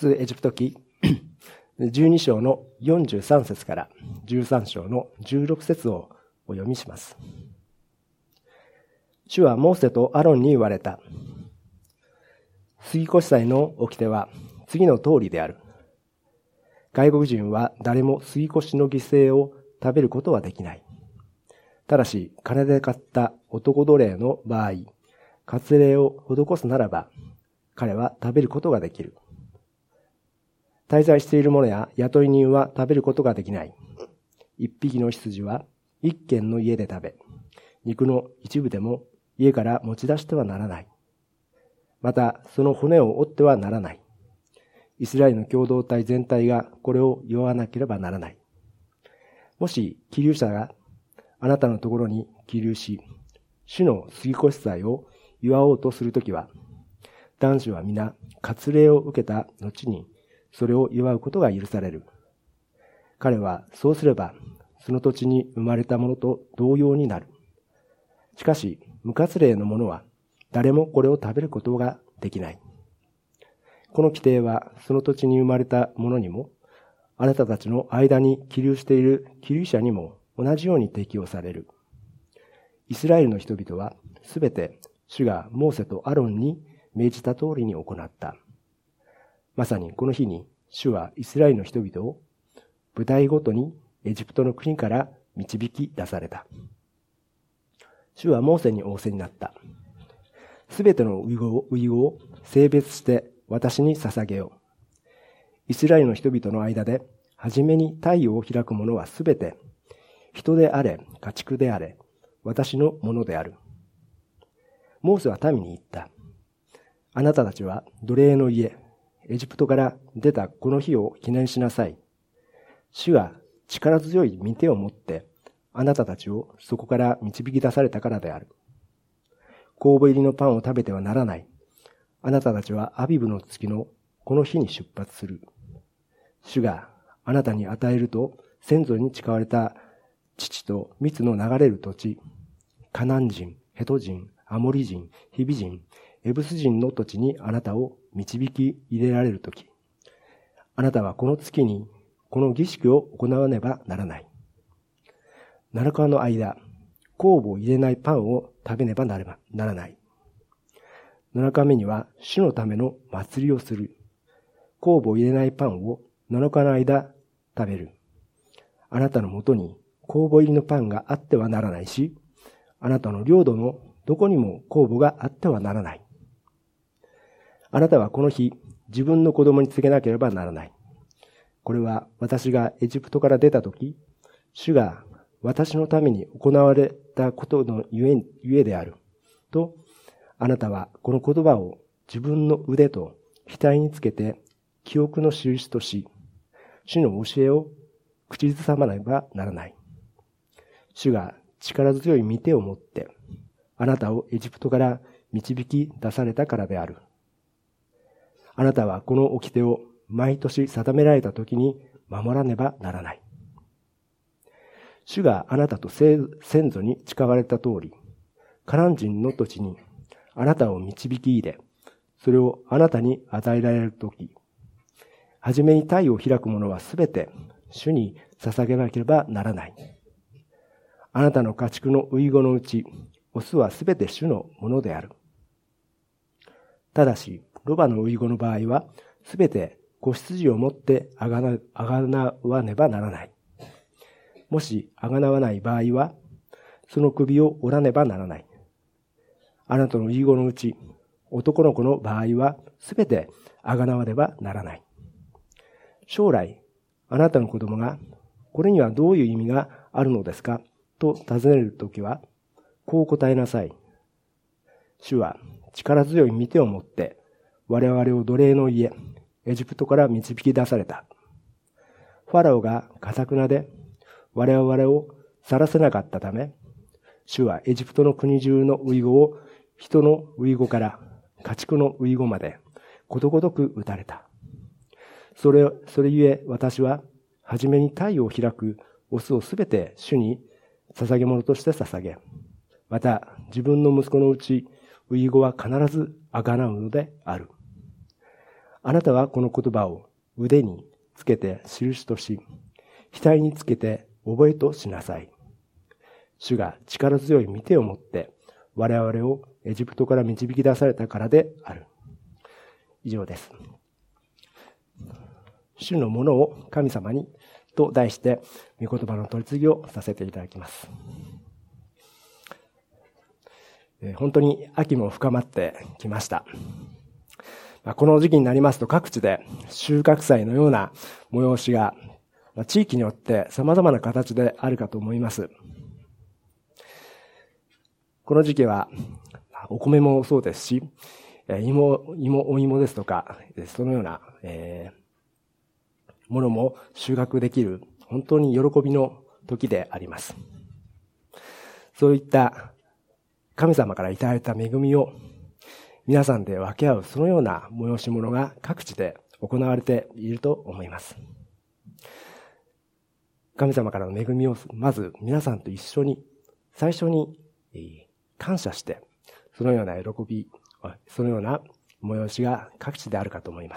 出エジプト記12章の43節から13章の16節をお読みします。主はモーセとアロンに言われた。杉越祭の掟は次の通りである。外国人は誰も杉越の犠牲を食べることはできない。ただし、金で買った男奴隷の場合、割礼を施すならば、彼は食べることができる。滞在している者や雇い人は食べることができない。一匹の羊は一軒の家で食べ、肉の一部でも家から持ち出してはならない。また、その骨を折ってはならない。イスラエルの共同体全体がこれを祝わなければならない。もし、寄留者があなたのところに寄留し、主の杉越祭を祝おうとするときは、男子は皆割礼を受けた後にそれを祝うことが許される。彼はそうすれば、その土地に生まれたものと同様になる。しかし、無割礼の者は誰もこれを食べることができない。この規定はその土地に生まれた者にも、あなたたちの間に寄留している寄留者にも同じように適用される。イスラエルの人々はすべて主がモーセとアロンに命じた通りに行った。まさにこの日に主はイスラエルの人々を部隊ごとにエジプトの国から導き出された。主はモーセに仰せになった。すべての遺語を性別して私に捧げよう。イスラエルの人々の間で初めに太陽を開く者はすべて人であれ家畜であれ私のものである。モーセは民に言った。あなたたちは奴隷の家、エジプトから出たこの日を記念しなさい。主が力強い御手を持ってあなたたちをそこから導き出されたからである。酵母入りのパンを食べてはならない。あなたたちはアビブの月のこの日に出発する。主があなたに与えると先祖に誓われた乳と蜜の流れる土地、カナン人、ヘト人、アモリ人、ヒビ人、エブス人の土地にあなたを導き入れられるとき、あなたはこの月にこの儀式を行わねばならない。7日の間、酵母を入れないパンを食べねばならない。7日目には主のための祭りをする。酵母を入れないパンを7日の間食べる。あなたのもとに酵母入りのパンがあってはならないし、あなたの領土のどこにも酵母があってはならない。あなたはこの日、自分の子供に告げなければならない。これは私がエジプトから出たとき、主が私のために行われたことのゆえである。と、あなたはこの言葉を自分の腕と額につけて記憶の印とし、主の教えを口ずさまねばならない。主が力強い御手を持って、あなたをエジプトから導き出されたからである。あなたはこの掟を毎年定められた時に守らねばならない。主があなたと先祖に誓われた通り、カナン人の土地にあなたを導き入れ、それをあなたに与えられるとき、はじめに太陽を開く者はすべて主に捧げなければならない。あなたの家畜の遺語のうち、オスはすべて主のものである。ただし、ロバの遺語の場合は、すべて子羊を持ってあがなわねばならない。もしあがなわない場合は、その首を折らねばならない。あなたの遺語のうち、男の子の場合は、すべてあがなわねばならない。将来、あなたの子供が、これにはどういう意味があるのですかと尋ねるときは、こう答えなさい。主は力強い御手を持って、我々を奴隷の家、エジプトから導き出された。ファラオが頑なで、我々を去らせなかったため、主はエジプトの国中の遺語を人の遺語から家畜の遺語までことごとく打たれた。それゆえ私ははじめに太陽を開くオスをすべて主に捧げ物として捧げ、また自分の息子のうち遺語は必ずあがなうのである。 あなたはこの言葉を腕につけて印とし、額につけて覚えとしなさい。主が力強い御手を持って我々をエジプトから導き出されたからである。以上です。主のものを神様にと題して御言葉の取り次ぎをさせていただきます。本当に秋も深まってきました。この時期になりますと各地で収穫祭のような催しが地域によって様々な形であるかと思います。この時期はお米もそうですし、お芋ですとか、そのような、ものも収穫できる本当に喜びの時であります。そういった神様からいただいた恵みを皆さんで分け合うそのような催し物が各地で行われていると思います。神様からの恵みをまず皆さんと一緒に最初に感謝して、そのような喜び、そのような催しが各地であるかと思います。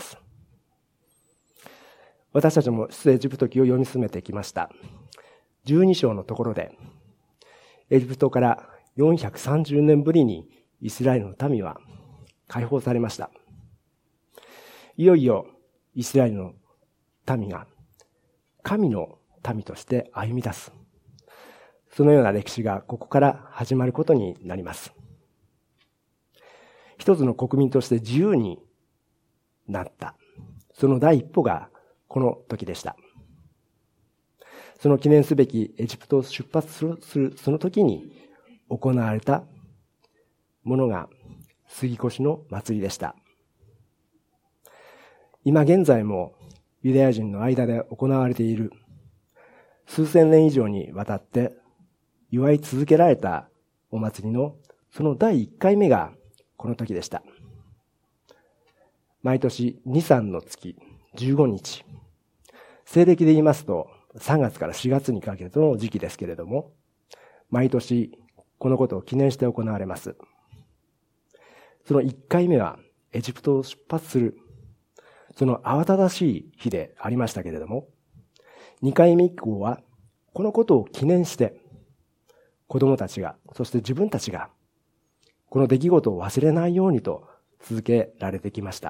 私たちも出エジプト記を読み進めてきました。12章のところで、エジプトから430年ぶりにイスラエルの民は解放されました。いよいよイスラエルの民が神の民として歩み出す。そのような歴史がここから始まることになります。一つの国民として自由になった。その第一歩がこの時でした。その記念すべきエジプトを出発するその時に行われたものが杉越の祭りでした。今現在もユダヤ人の間で行われている数千年以上にわたって祝い続けられたお祭りのその第1回目がこの時でした。毎年2、3の月15日、西暦で言いますと3月から4月にかけての時期ですけれども、毎年このことを記念して行われます。その1回目はエジプトを出発する、その慌ただしい日でありましたけれども、2回目以降はこのことを記念して、子供たちが、そして自分たちが、この出来事を忘れないようにと続けられてきました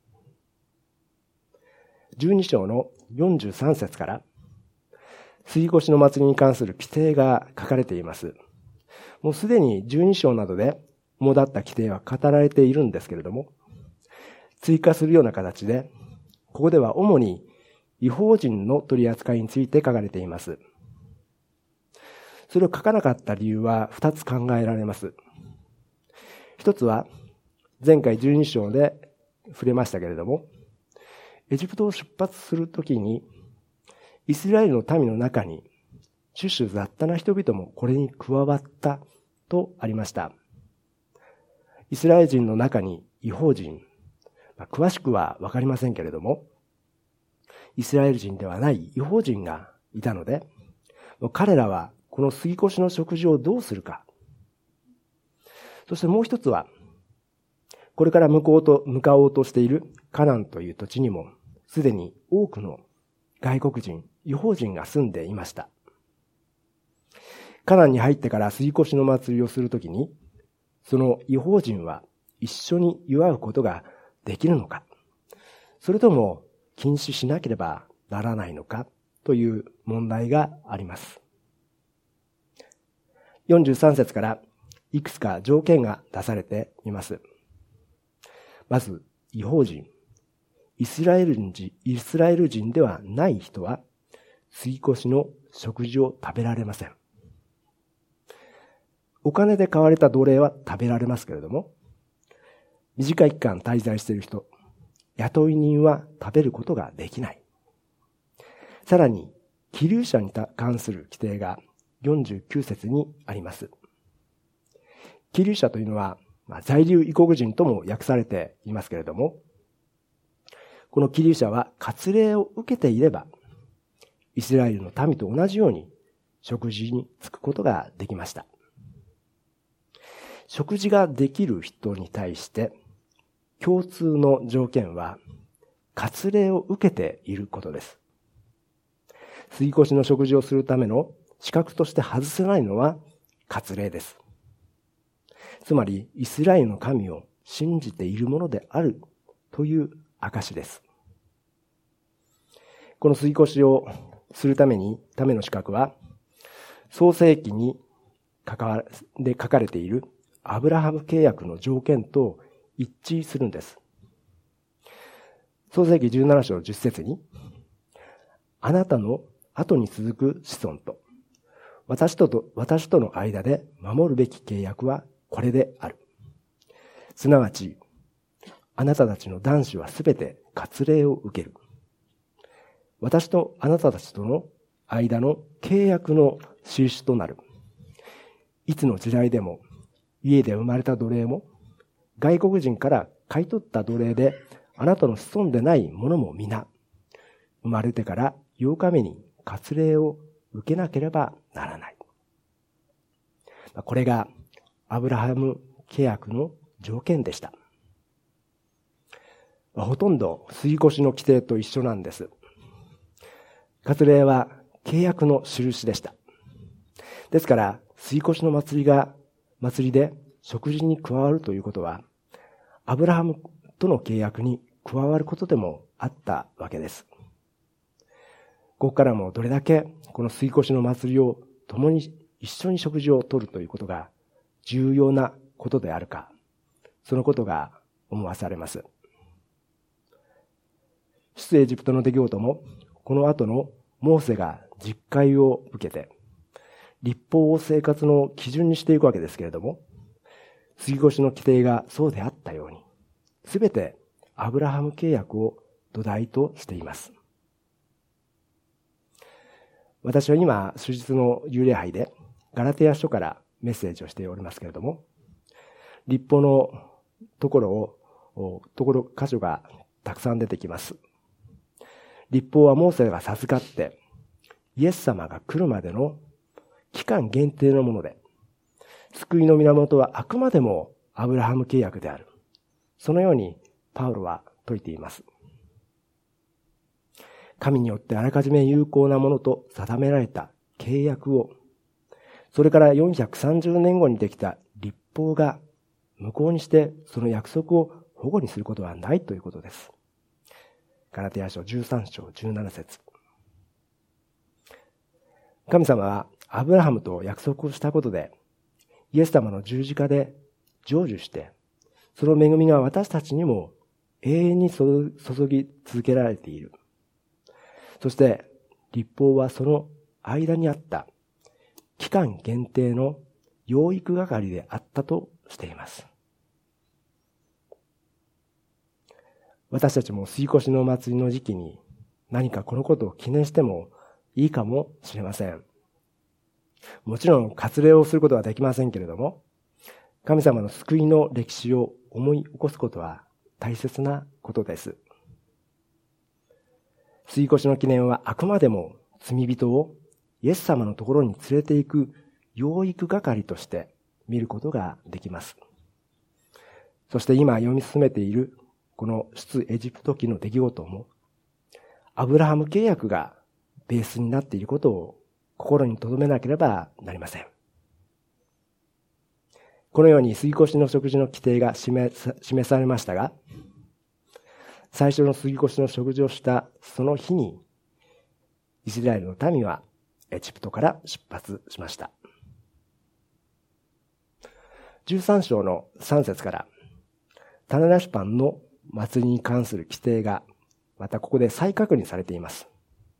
。12章の43節から、杉越の祭りに関する規定が書かれています。もうすでに12章などで主だった規定は語られているんですけれども、追加するような形で、ここでは主に異邦人の取り扱いについて書かれています。それを書かなかった理由は2つ考えられます。一つは、前回12章で触れましたけれども、エジプトを出発するときに、イスラエルの民の中に、シュシュ雑多な人々もこれに加わったとありました。イスラエル人の中に異邦人、詳しくはわかりませんけれども、イスラエル人ではない異邦人がいたので、彼らはこの杉越の食事をどうするか。そしてもう一つは、これから向かおうとしているカナンという土地にも、すでに多くの外国人、異邦人が住んでいました。カナンに入ってから杉越の祭りをするときに、その異邦人は一緒に祝うことができるのか、それとも禁止しなければならないのかという問題があります。43節からいくつか条件が出されています。まず、異邦人、イスラエル人ではない人は杉越の食事を食べられません。お金で買われた奴隷は食べられますけれども、短い期間滞在している人、雇い人は食べることができない。さらに、寄留者に関する規定が49節にあります。寄留者というのは、在留異国人とも訳されていますけれども、この寄留者は割礼を受けていれば、イスラエルの民と同じように食事に就くことができました。食事ができる人に対して、共通の条件は、 割礼を受けていることです。杉越の食事をするための資格として外せないのは割礼です。つまり、イスラエルの神を信じているものであるという証です。この杉越をするための資格は、創世記に書かれているアブラハム契約の条件と一致するんです。創世記17章10節に、あなたの後に続く子孫と、私との間で守るべき契約はこれである。すなわち、あなたたちの男子はすべて割礼を受ける。私とあなたたちとの間の契約の印となる。いつの時代でも、家で生まれた奴隷も、外国人から買い取った奴隷で、あなたの子孫でない者も皆、生まれてから8日目に割礼を受けなければならない。これがアブラハム契約の条件でした。ほとんど杉越の規定と一緒なんです。割礼は契約の印でした。ですから、杉越の祭りで食事に加わるということは、アブラハムとの契約に加わることでもあったわけです。ここからもどれだけこの杉越の祭りを共に一緒に食事をとるということが重要なことであるか、そのことが思わされます。出エジプトの出来事も、この後のモーセが実戒を受けて、律法を生活の基準にしていくわけですけれども、杉越の規定がそうであったように、すべてアブラハム契約を土台としています。私は今、主日の幽霊杯でガラテヤ書からメッセージをしておりますけれども、律法の箇所がたくさん出てきます。律法はモーセが授かって、イエス様が来るまでの期間限定のもので、救いの源はあくまでもアブラハム契約である。そのようにパウロは説いています。神によってあらかじめ有効なものと定められた契約を、それから430年後にできた律法が無効にしてその約束を保護にすることはないということです。ガラテヤ書13章17節。神様はアブラハムと約束をしたことで、イエス様の十字架で成就して、その恵みが私たちにも永遠に注ぎ続けられている。そして、律法はその間にあった期間限定の養育係であったとしています。私たちも杉越の祭りの時期に何かこのことを記念してもいいかもしれません。もちろん割礼をすることはできませんけれども、神様の救いの歴史を思い起こすことは大切なことです。杉越の記念はあくまでも罪人をイエス様のところに連れて行く養育係として見ることができます。そして今読み進めているこの出エジプト記の出来事も、アブラハム契約がベースになっていることを心に留めなければなりません。このように杉越の食事の規定が示されましたが、最初の杉越の食事をしたその日に、イスラエルの民はエジプトから出発しました。13章の3節から、種なしパンの祭りに関する規定が、またここで再確認されています。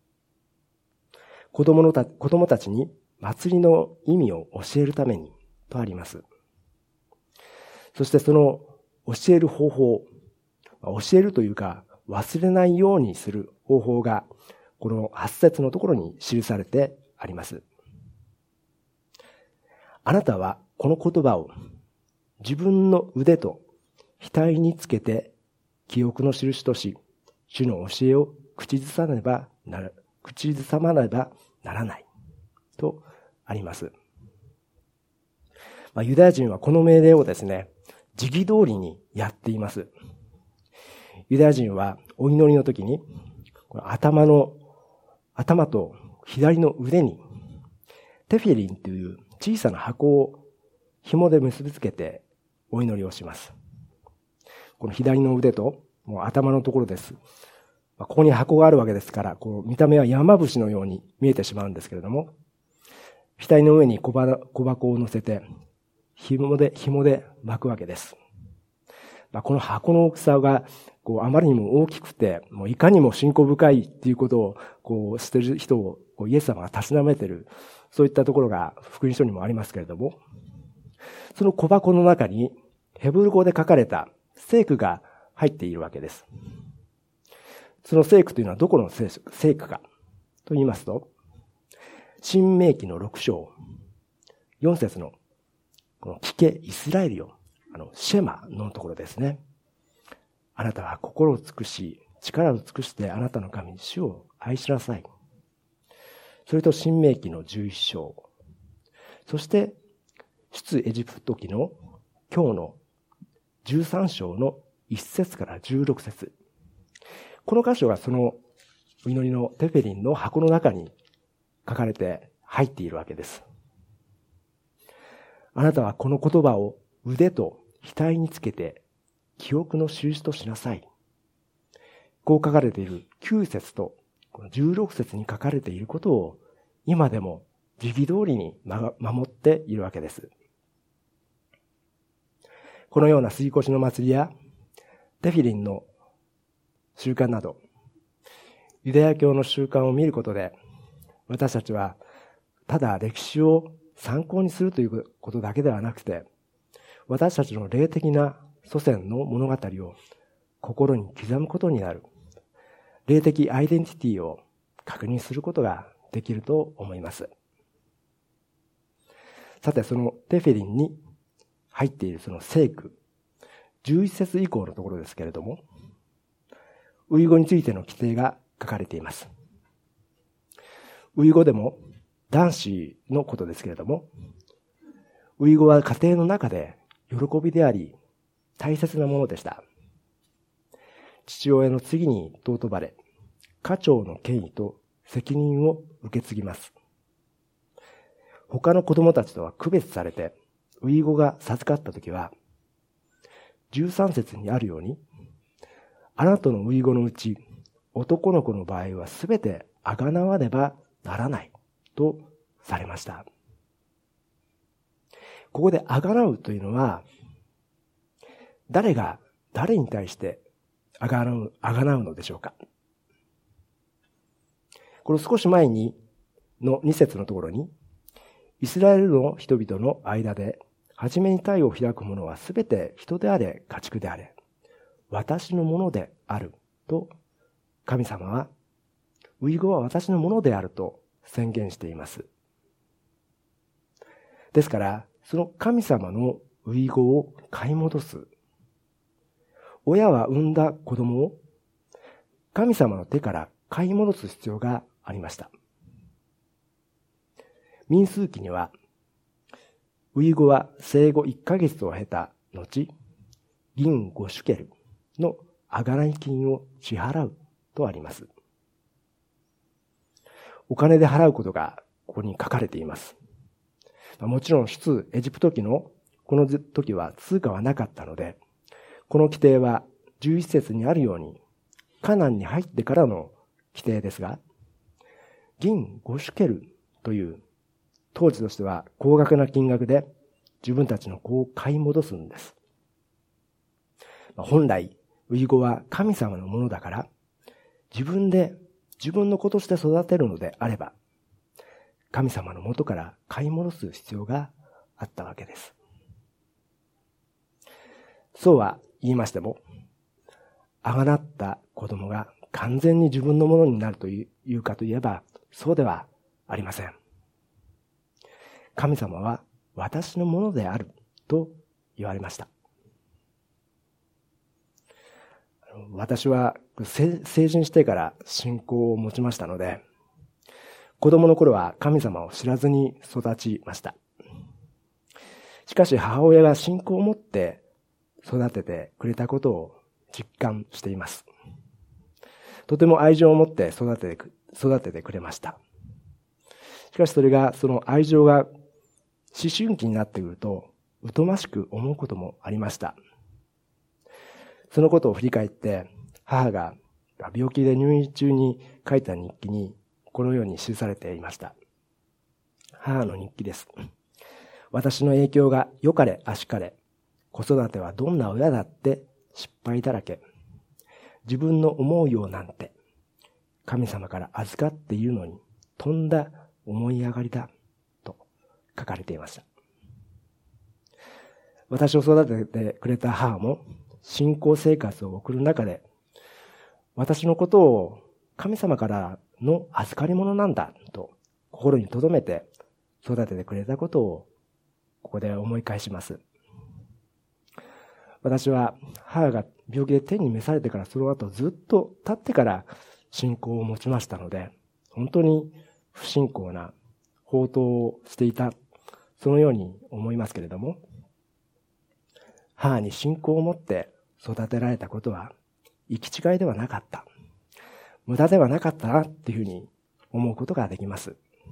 子供たちに祭りの意味を教えるためにとあります。そしてその教える方法、教えるというか忘れないようにする方法がこの8節のところに記されてあります。あなたはこの言葉を自分の腕と額につけて記憶の印とし、主の教えを口ずさまねばならないとあります。ユダヤ人はこの命令をですね、時期通りにやっています。ユユダヤ人はお祈りの時に、頭と左の腕にテフィリンという小さな箱を紐で結びつけてお祈りをします。この左の腕ともう頭のところです。ここに箱があるわけですから、見た目は山伏のように見えてしまうんですけれども、額の上に小箱を乗せて紐で巻くわけです。この箱の大きさがあまりにも大きくて、もういかにも信仰深いっていうことをしている人をイエス様がたしなめている、そういったところが福音書にもありますけれども、その小箱の中にヘブル語で書かれた聖句が入っているわけです。その聖句というのはどこの聖句かと言いますと、新明記の6章、4節のこの聞けイスラエルよ、シェマのところですね。あなたは心を尽くし、力を尽くしてあなたの神、主を愛しなさい。それと新明記の11章。そして、出エジプト記の今日の13章の1節から16節。この箇所がそのお祈りのテフェリンの箱の中に書かれて入っているわけです。あなたはこの言葉を腕と額につけて記憶の印としなさい。こう書かれている9節と16節に書かれていることを今でも時期通りに守っているわけです。このような杉越の祭りやテフィリンの習慣など、ユダヤ教の習慣を見ることで、私たちはただ歴史を参考にするということだけではなくて、私たちの霊的な祖先の物語を心に刻むことになる、霊的アイデンティティを確認することができると思います。さて、そのテフェリンに入っているその聖句、11節以降のところですけれども、ウイ語についての規定が書かれています。ウイ語でも男子のことですけれども、ウイ語は家庭の中で喜びであり大切なものでした。父親の次に尊ばれ、家長の権威と責任を受け継ぎます。他の子供たちとは区別されて、ウイ語が授かったときは、13節にあるように、あなたのウイ語のうち、男の子の場合はすべてあがなわねばならないとされました。ここであがなうというのは、誰が誰に対してあがなうのでしょうか。この少し前にの2節のところに、イスラエルの人々の間で、初めに体を開く者はすべて人であれ、家畜であれ、私のものであると、神様は、ウイ語は私のものであると宣言しています。ですから、その神様のウイ語を買い戻す。親は産んだ子供を神様の手から買い戻す必要がありました。民数記には、ウイ語は生後1ヶ月を経た後、銀5シュケルのあがない金を支払うとあります。お金で払うことがここに書かれています。もちろん出エジプト記のこの時は通貨はなかったので、この規定は11節にあるようにカナンに入ってからの規定ですが、銀5シュケルという当時としては高額な金額で自分たちの子を買い戻すんです。本来、ウイ語は神様のものだから、自分の子として育てるのであれば、神様の元から買い戻す必要があったわけです。そうは言いましても、あがなった子供が完全に自分のものになるというかといえば、そうではありません。神様は私のものであると言われました。私は成人してから信仰を持ちましたので、子供の頃は神様を知らずに育ちました。しかし母親が信仰を持って育ててくれたことを実感しています。とても愛情を持って育ててくれました。しかしその愛情が思春期になってくると、疎ましく思うこともありました。そのことを振り返って、母が病気で入院中に書いた日記に、このように記されていました。母の日記です。私の影響が良かれ悪しかれ、子育てはどんな親だって失敗だらけ。自分の思うようなんて、神様から預かっているのに、とんだ思い上がりだ、と書かれていました。私を育ててくれた母も、信仰生活を送る中で、私のことを神様からの預かり物なんだ、と心に留めて育ててくれたことを、ここで思い返します。私は母が病気で天に召されてからその後ずっと経ってから信仰を持ちましたので、本当に不信仰な放蕩をしていた、そのように思いますけれども、母に信仰を持って育てられたことは行き違いではなかった。無駄ではなかったなっていうふうに思うことができます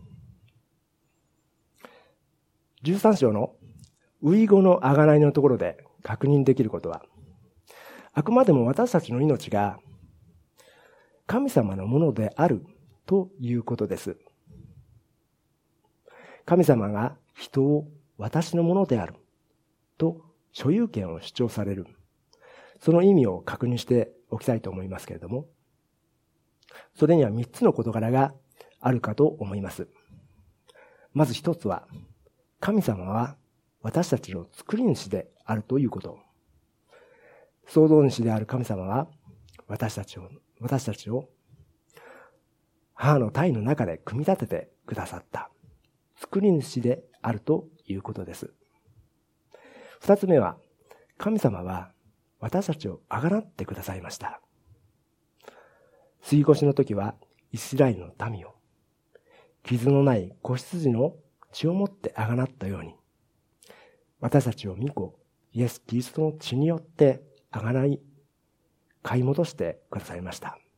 。13章の遺語の贖いのところで確認できることは、あくまでも私たちの命が神様のものであるということです。神様が人を私のものであると所有権を主張される。その意味を確認しておきたいと思いますけれども、それには3つの事柄があるかと思います。まず1つは、神様は私たちの作り主であるということ。創造主である神様は私たちを母の胎の中で組み立ててくださった作り主であるということです。2つ目は、神様は私たちをあがなってくださいました。杉越の時はイスラエルの民を傷のない子羊の血をもってあがなったように、私たちを御子イエス・キリストの血によってあがない買い戻してくださいました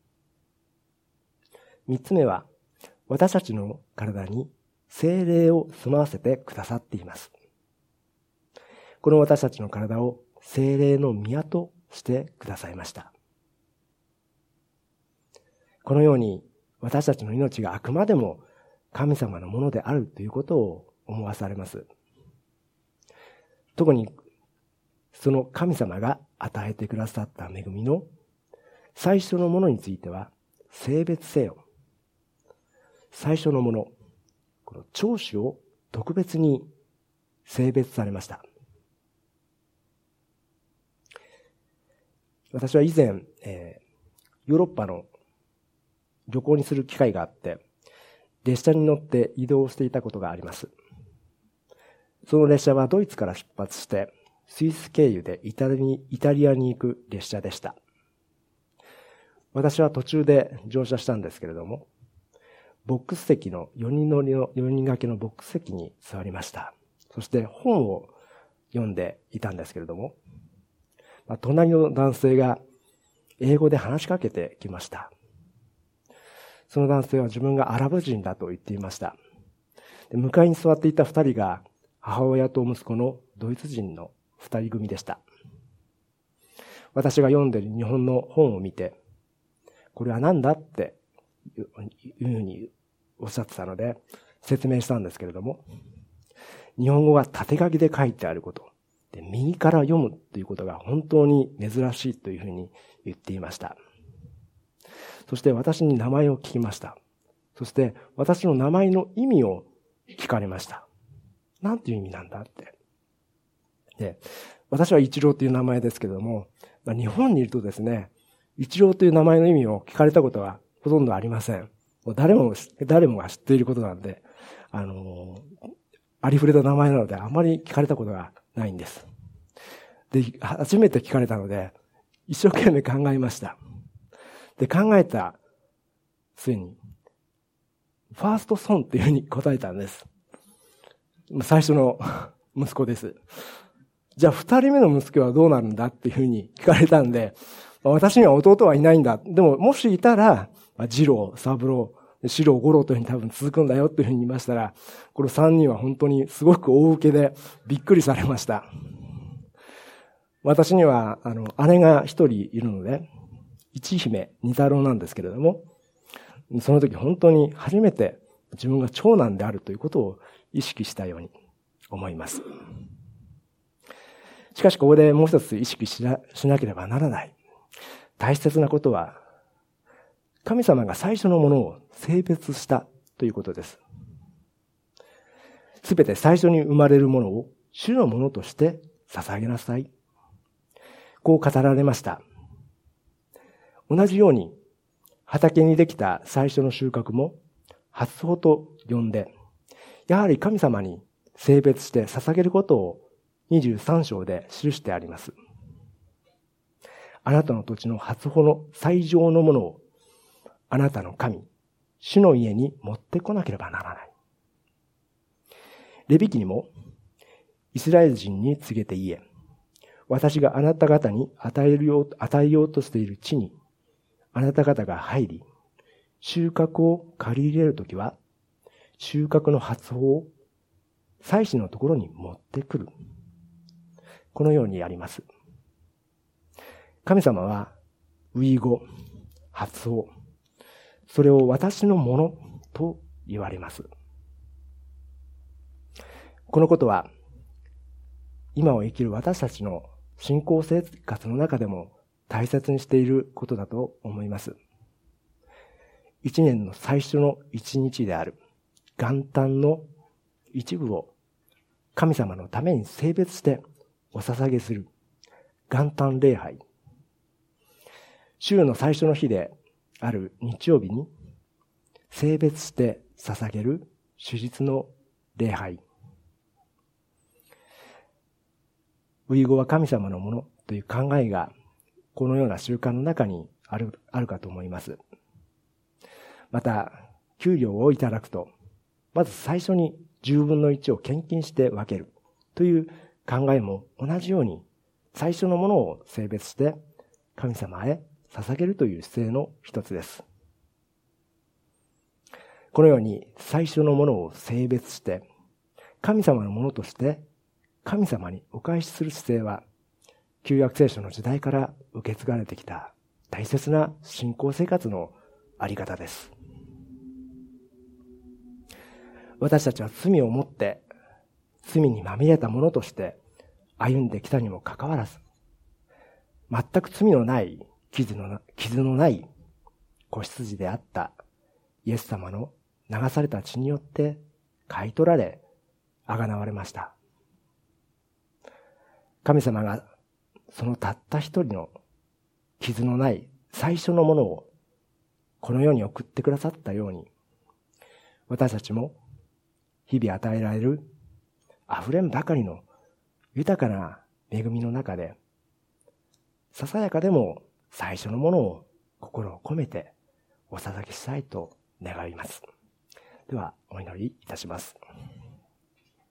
。3つ目は、私たちの体に聖霊を住まわせてくださっています。この私たちの体を聖霊の宮としてくださいました。このように私たちの命があくまでも神様のものであるということを思わされます。特にその神様が与えてくださった恵みの最初のものについては、性別せよ。最初のもの、この長子を特別に性別されました。私は以前、ヨーロッパの旅行にする機会があって、列車に乗って移動していたことがあります。その列車はドイツから出発して、スイス経由でイタリアに行く列車でした。私は途中で乗車したんですけれども、ボックス席の4人掛けのボックス席に座りました。そして本を読んでいたんですけれども、隣の男性が英語で話しかけてきました。その男性は自分がアラブ人だと言っていました。で、向かいに座っていた2人が母親と息子のドイツ人の2人組でした。私が読んでいる日本の本を見て、これは何だっていうふうにおっしゃってたので説明したんですけれども、日本語が縦書きで書いてあること、で右から読むということが本当に珍しいというふうに言っていました。そして私に名前を聞きました。そして私の名前の意味を聞かれました。なんていう意味なんだって。で、私は一郎という名前ですけれども、日本にいるとですね、一郎という名前の意味を聞かれたことはほとんどありません。もう誰もが知っていることなんで、ありふれた名前なのであまり聞かれたことがないんです。で、初めて聞かれたので、一生懸命考えました。で、考えた末に、ファーストソンっていうふうに答えたんです。最初の息子です。じゃあ二人目の息子はどうなるんだっていうふうに聞かれたんで、 私には弟はいないんだ。でも、もしいたら、次郎、三郎、四郎、五郎というふうに多分続くんだよというふうに言いましたら、この3人は本当にすごく大受けでびっくりされました。私には、姉が一人いるので、一姫、二太郎なんですけれども、その時本当に初めて自分が長男であるということを意識したように思います。しかしここでもう一つ意識しなければならない大切なことは、神様が最初のものを性別したということです。すべて最初に生まれるものを主のものとして捧げなさい。こう語られました。同じように畑にできた最初の収穫も初穂と呼んで、やはり神様に性別して捧げることを23章で記してあります。あなたの土地の初穂の最上のものをあなたの神、主の家に持ってこなければならない。レビ記にも、イスラエル人に告げて言え、私があなた方に与えようとしている地に、あなた方が入り、収穫を借り入れるときは、収穫の初穂を祭司のところに持ってくる。このようにやります。神様は、初穂、初穂、それを私のものと言われます。このことは、今を生きる私たちの信仰生活の中でも大切にしていることだと思います。一年の最初の一日である元旦の一部を神様のために聖別してお捧げする元旦礼拝。週の最初の日である日曜日に聖別して捧げる主日の礼拝。初語は神様のものという考えがこのような習慣の中にあるかと思います。また、給料をいただくと、まず最初に10分の1を献金して分けるという考えも同じように最初のものを聖別して神様へ捧げるという姿勢の一つです。このように最初のものを聖別して神様のものとして神様にお返しする姿勢は旧約聖書の時代から受け継がれてきた大切な信仰生活のあり方です。私たちは罪をもって罪にまみれたものとして歩んできたにもかかわらず、全く罪のない傷のない子羊であったイエス様の流された血によって買い取られ、贖われました。神様がそのたった一人の傷のない最初のものをこの世に送ってくださったように、私たちも日々与えられる溢れんばかりの豊かな恵みの中で、ささやかでも最初のものを心を込めてお捧げしたいと願います。では、お祈りいたします。